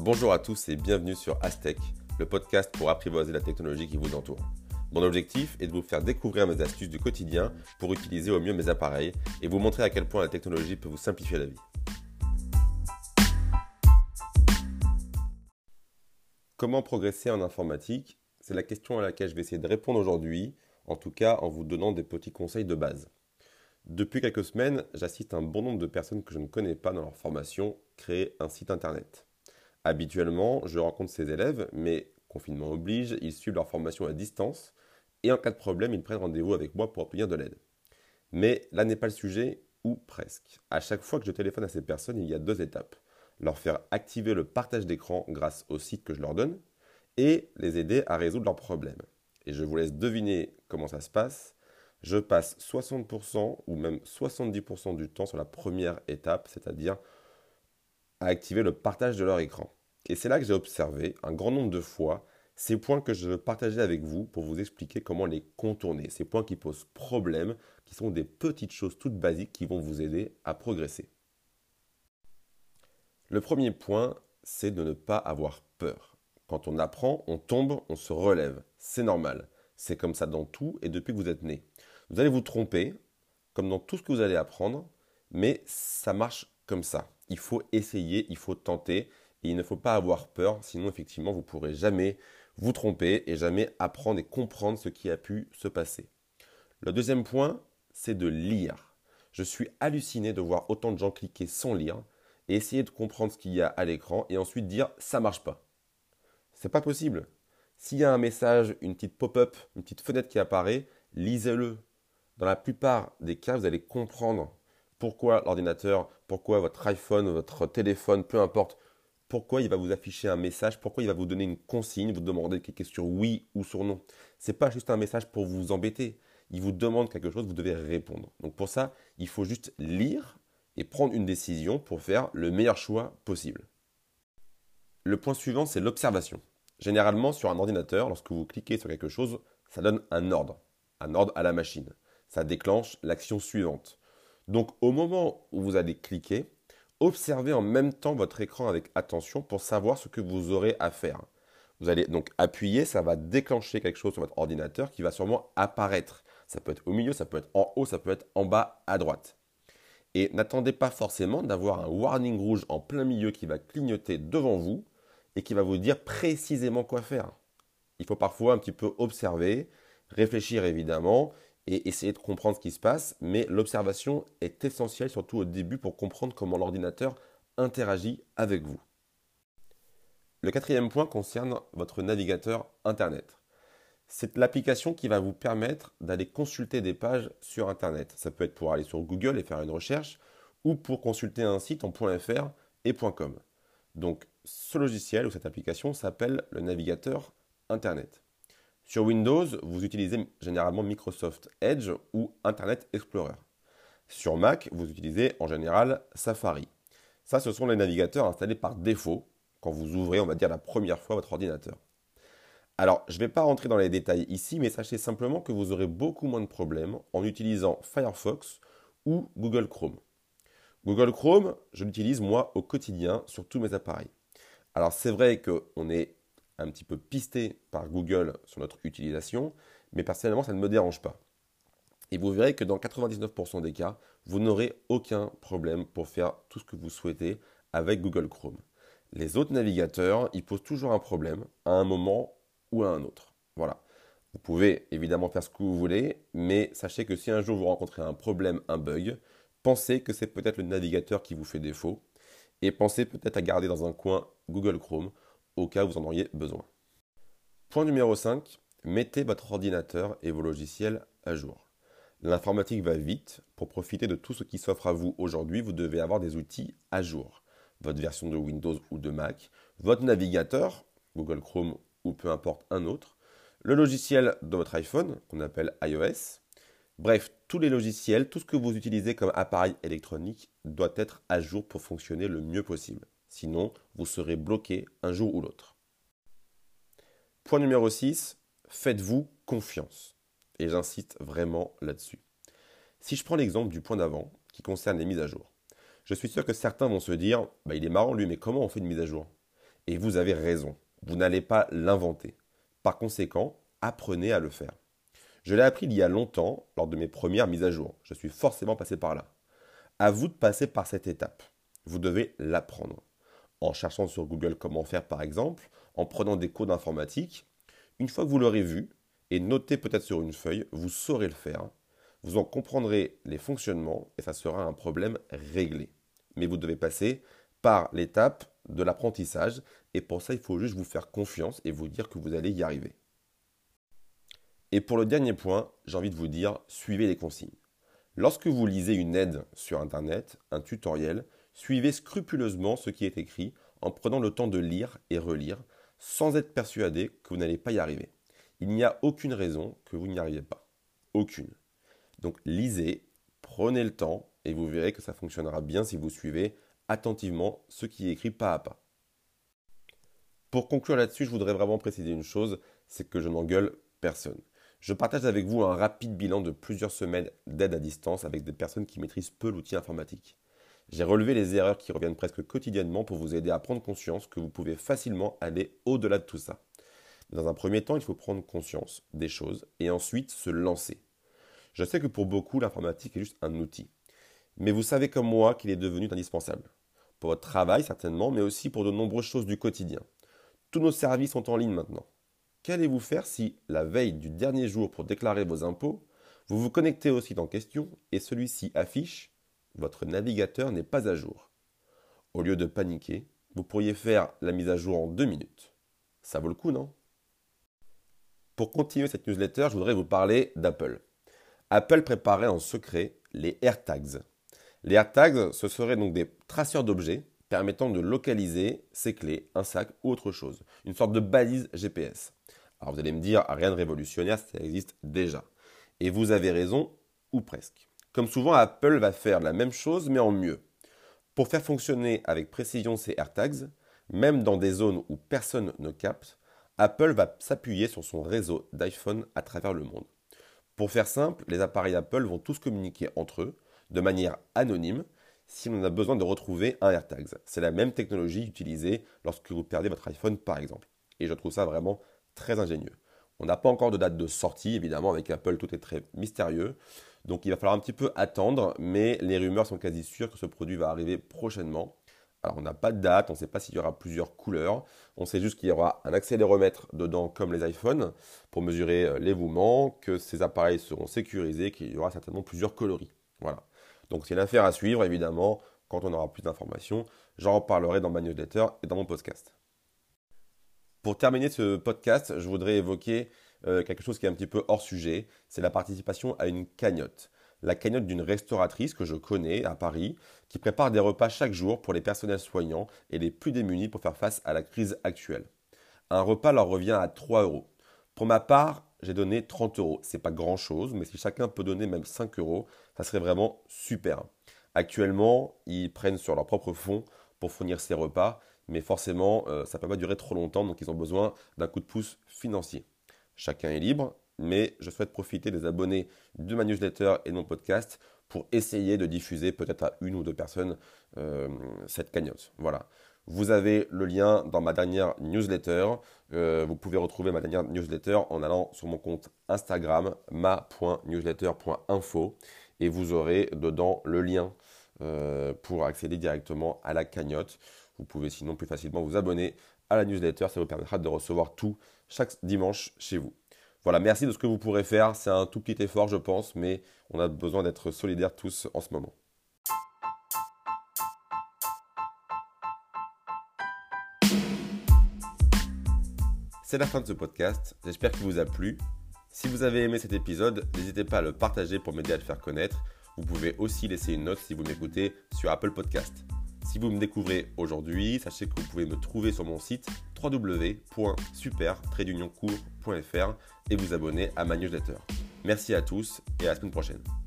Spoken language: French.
Bonjour à tous et bienvenue sur Aztec, le podcast pour apprivoiser la technologie qui vous entoure. Mon objectif est de vous faire découvrir mes astuces du quotidien pour utiliser au mieux mes appareils et vous montrer à quel point la technologie peut vous simplifier la vie. Comment progresser en informatique? C'est la question à laquelle je vais essayer de répondre aujourd'hui, en tout cas en vous donnant des petits conseils de base. Depuis quelques semaines, j'assiste à un bon nombre de personnes que je ne connais pas dans leur formation créer un site internet. Habituellement, je rencontre ces élèves, mais confinement oblige, ils suivent leur formation à distance et en cas de problème, ils prennent rendez-vous avec moi pour obtenir de l'aide. Mais là n'est pas le sujet, ou presque. À chaque fois que je téléphone à ces personnes, il y a deux étapes. Leur faire activer le partage d'écran grâce au site que je leur donne et les aider à résoudre leurs problèmes. Et je vous laisse deviner comment ça se passe. Je passe 60% ou même 70% du temps sur la première étape, c'est-à-dire à activer le partage de leur écran. Et c'est là que j'ai observé un grand nombre de fois ces points que je veux partager avec vous pour vous expliquer comment les contourner. Ces points qui posent problème, qui sont des petites choses toutes basiques qui vont vous aider à progresser. Le premier point, c'est de ne pas avoir peur. Quand on apprend, on tombe, on se relève. C'est normal. C'est comme ça dans tout et depuis que vous êtes né. Vous allez vous tromper, comme dans tout ce que vous allez apprendre, mais ça marche comme ça. Il faut essayer, il faut tenter et il ne faut pas avoir peur, sinon effectivement vous ne pourrez jamais vous tromper et jamais apprendre et comprendre ce qui a pu se passer. Le deuxième point, c'est de lire. Je suis halluciné de voir autant de gens cliquer sans lire et essayer de comprendre ce qu'il y a à l'écran et ensuite dire ça marche pas. C'est pas possible. S'il y a un message, une petite pop-up, une petite fenêtre qui apparaît, lisez-le. Dans la plupart des cas, vous allez comprendre pourquoi l'ordinateur, pourquoi votre iPhone, votre téléphone, peu importe, pourquoi il va vous afficher un message, pourquoi il va vous donner une consigne, vous demander de cliquer sur oui ou sur non. Ce n'est pas juste un message pour vous embêter. Il vous demande quelque chose, vous devez répondre. Donc pour ça, il faut juste lire et prendre une décision pour faire le meilleur choix possible. Le point suivant, c'est l'observation. Généralement, sur un ordinateur, lorsque vous cliquez sur quelque chose, ça donne un ordre à la machine. Ça déclenche l'action suivante. Donc au moment où vous allez cliquer, observez en même temps votre écran avec attention pour savoir ce que vous aurez à faire. Vous allez donc appuyer, ça va déclencher quelque chose sur votre ordinateur qui va sûrement apparaître. Ça peut être au milieu, ça peut être en haut, ça peut être en bas à droite. Et n'attendez pas forcément d'avoir un warning rouge en plein milieu qui va clignoter devant vous et qui va vous dire précisément quoi faire. Il faut parfois un petit peu observer, réfléchir évidemment et essayer de comprendre ce qui se passe, mais l'observation est essentielle, surtout au début, pour comprendre comment l'ordinateur interagit avec vous. Le quatrième point concerne votre navigateur Internet. C'est l'application qui va vous permettre d'aller consulter des pages sur Internet. Ça peut être pour aller sur Google et faire une recherche, ou pour consulter un site en .fr et .com. Donc, ce logiciel ou cette application s'appelle le navigateur Internet. Sur Windows, vous utilisez généralement Microsoft Edge ou Internet Explorer. Sur Mac, vous utilisez en général Safari. Ça, ce sont les navigateurs installés par défaut quand vous ouvrez, on va dire, la première fois votre ordinateur. Alors, je ne vais pas rentrer dans les détails ici, mais sachez simplement que vous aurez beaucoup moins de problèmes en utilisant Firefox ou Google Chrome. Google Chrome, je l'utilise moi au quotidien sur tous mes appareils. Alors, c'est vrai qu'on est un petit peu pisté par Google sur notre utilisation, mais personnellement, ça ne me dérange pas. Et vous verrez que dans 99% des cas, vous n'aurez aucun problème pour faire tout ce que vous souhaitez avec Google Chrome. Les autres navigateurs, ils posent toujours un problème à un moment ou à un autre. Voilà. Vous pouvez évidemment faire ce que vous voulez, mais sachez que si un jour vous rencontrez un problème, un bug, pensez que c'est peut-être le navigateur qui vous fait défaut et pensez peut-être à garder dans un coin Google Chrome au cas où vous en auriez besoin. Point numéro 5, mettez votre ordinateur et vos logiciels à jour. L'informatique va vite. Pour profiter de tout ce qui s'offre à vous aujourd'hui, vous devez avoir des outils à jour. Votre version de Windows ou de Mac, votre navigateur, Google Chrome ou peu importe un autre, le logiciel de votre iPhone, qu'on appelle iOS. Bref, tous les logiciels, tout ce que vous utilisez comme appareil électronique doit être à jour pour fonctionner le mieux possible. Sinon, vous serez bloqué un jour ou l'autre. Point numéro 6, faites-vous confiance. Et j'insiste vraiment là-dessus. Si je prends l'exemple du point d'avant, qui concerne les mises à jour, je suis sûr que certains vont se dire il est marrant lui, mais comment on fait une mise à jour? Et vous avez raison, vous n'allez pas l'inventer. Par conséquent, apprenez à le faire. Je l'ai appris il y a longtemps, lors de mes premières mises à jour. Je suis forcément passé par là. À vous de passer par cette étape. Vous devez l'apprendre. En cherchant sur Google comment faire par exemple, en prenant des cours d'informatique. Une fois que vous l'aurez vu, et noté peut-être sur une feuille, vous saurez le faire. Vous en comprendrez les fonctionnements et ça sera un problème réglé. Mais vous devez passer par l'étape de l'apprentissage et pour ça, il faut juste vous faire confiance et vous dire que vous allez y arriver. Et pour le dernier point, j'ai envie de vous dire, suivez les consignes. Lorsque vous lisez une aide sur Internet, un tutoriel, suivez scrupuleusement ce qui est écrit en prenant le temps de lire et relire sans être persuadé que vous n'allez pas y arriver. Il n'y a aucune raison que vous n'y arriviez pas. Aucune. Donc lisez, prenez le temps et vous verrez que ça fonctionnera bien si vous suivez attentivement ce qui est écrit pas à pas. Pour conclure là-dessus, je voudrais vraiment préciser une chose, c'est que je n'engueule personne. Je partage avec vous un rapide bilan de plusieurs semaines d'aide à distance avec des personnes qui maîtrisent peu l'outil informatique. J'ai relevé les erreurs qui reviennent presque quotidiennement pour vous aider à prendre conscience que vous pouvez facilement aller au-delà de tout ça. Dans un premier temps, il faut prendre conscience des choses et ensuite se lancer. Je sais que pour beaucoup, l'informatique est juste un outil. Mais vous savez comme moi qu'il est devenu indispensable. Pour votre travail certainement, mais aussi pour de nombreuses choses du quotidien. Tous nos services sont en ligne maintenant. Qu'allez-vous faire si, la veille du dernier jour pour déclarer vos impôts, vous vous connectez au site en question et celui-ci affiche « Votre navigateur n'est pas à jour ». Au lieu de paniquer, vous pourriez faire la mise à jour en 2 minutes. Ça vaut le coup, non? Pour continuer cette newsletter, je voudrais vous parler d'Apple. Apple préparait en secret les AirTags. Les AirTags, ce seraient donc des traceurs d'objets permettant de localiser ses clés, un sac ou autre chose. Une sorte de balise GPS. Alors vous allez me dire, rien de révolutionnaire, ça existe déjà. Et vous avez raison, ou presque. Comme souvent, Apple va faire la même chose, mais en mieux. Pour faire fonctionner avec précision ces AirTags, même dans des zones où personne ne capte, Apple va s'appuyer sur son réseau d'iPhone à travers le monde. Pour faire simple, les appareils Apple vont tous communiquer entre eux, de manière anonyme, si on a besoin de retrouver un AirTags. C'est la même technologie utilisée lorsque vous perdez votre iPhone par exemple. Et je trouve ça vraiment très ingénieux. On n'a pas encore de date de sortie, évidemment, avec Apple tout est très mystérieux. Donc il va falloir un petit peu attendre, mais les rumeurs sont quasi sûres que ce produit va arriver prochainement. Alors on n'a pas de date, on ne sait pas s'il y aura plusieurs couleurs. On sait juste qu'il y aura un accéléromètre dedans comme les iPhones pour mesurer les mouvements, que ces appareils seront sécurisés, qu'il y aura certainement plusieurs coloris. Voilà. Donc c'est une affaire à suivre, évidemment. Quand on aura plus d'informations, j'en reparlerai dans ma newsletter et dans mon podcast. Pour terminer ce podcast, je voudrais évoquer quelque chose qui est un petit peu hors sujet. C'est la participation à une cagnotte. La cagnotte d'une restauratrice que je connais à Paris, qui prépare des repas chaque jour pour les personnels soignants et les plus démunis pour faire face à la crise actuelle. Un repas leur revient à 3 euros. Pour ma part, j'ai donné 30 euros. C'est pas grand chose, mais si chacun peut donner même 5 euros, ça serait vraiment super. Actuellement, ils prennent sur leurs propres fonds pour fournir ces repas, mais forcément, ça ne peut pas durer trop longtemps, donc ils ont besoin d'un coup de pouce financier. Chacun est libre, mais je souhaite profiter des abonnés de ma newsletter et de mon podcast pour essayer de diffuser peut-être à 1 ou 2 personnes cette cagnotte. Voilà. Vous avez le lien dans ma dernière newsletter. Vous pouvez retrouver ma dernière newsletter en allant sur mon compte Instagram ma.newsletter.info et vous aurez dedans le lien pour accéder directement à la cagnotte. Vous pouvez sinon plus facilement vous abonner à la newsletter. Ça vous permettra de recevoir tout chaque dimanche chez vous. Voilà, merci de ce que vous pourrez faire. C'est un tout petit effort, je pense, mais on a besoin d'être solidaires tous en ce moment. C'est la fin de ce podcast. J'espère qu'il vous a plu. Si vous avez aimé cet épisode, n'hésitez pas à le partager pour m'aider à le faire connaître. Vous pouvez aussi laisser une note si vous m'écoutez sur Apple Podcast. Si vous me découvrez aujourd'hui, sachez que vous pouvez me trouver sur mon site www.super-court.fr et vous abonner à ma newsletter. Merci à tous et à la semaine prochaine.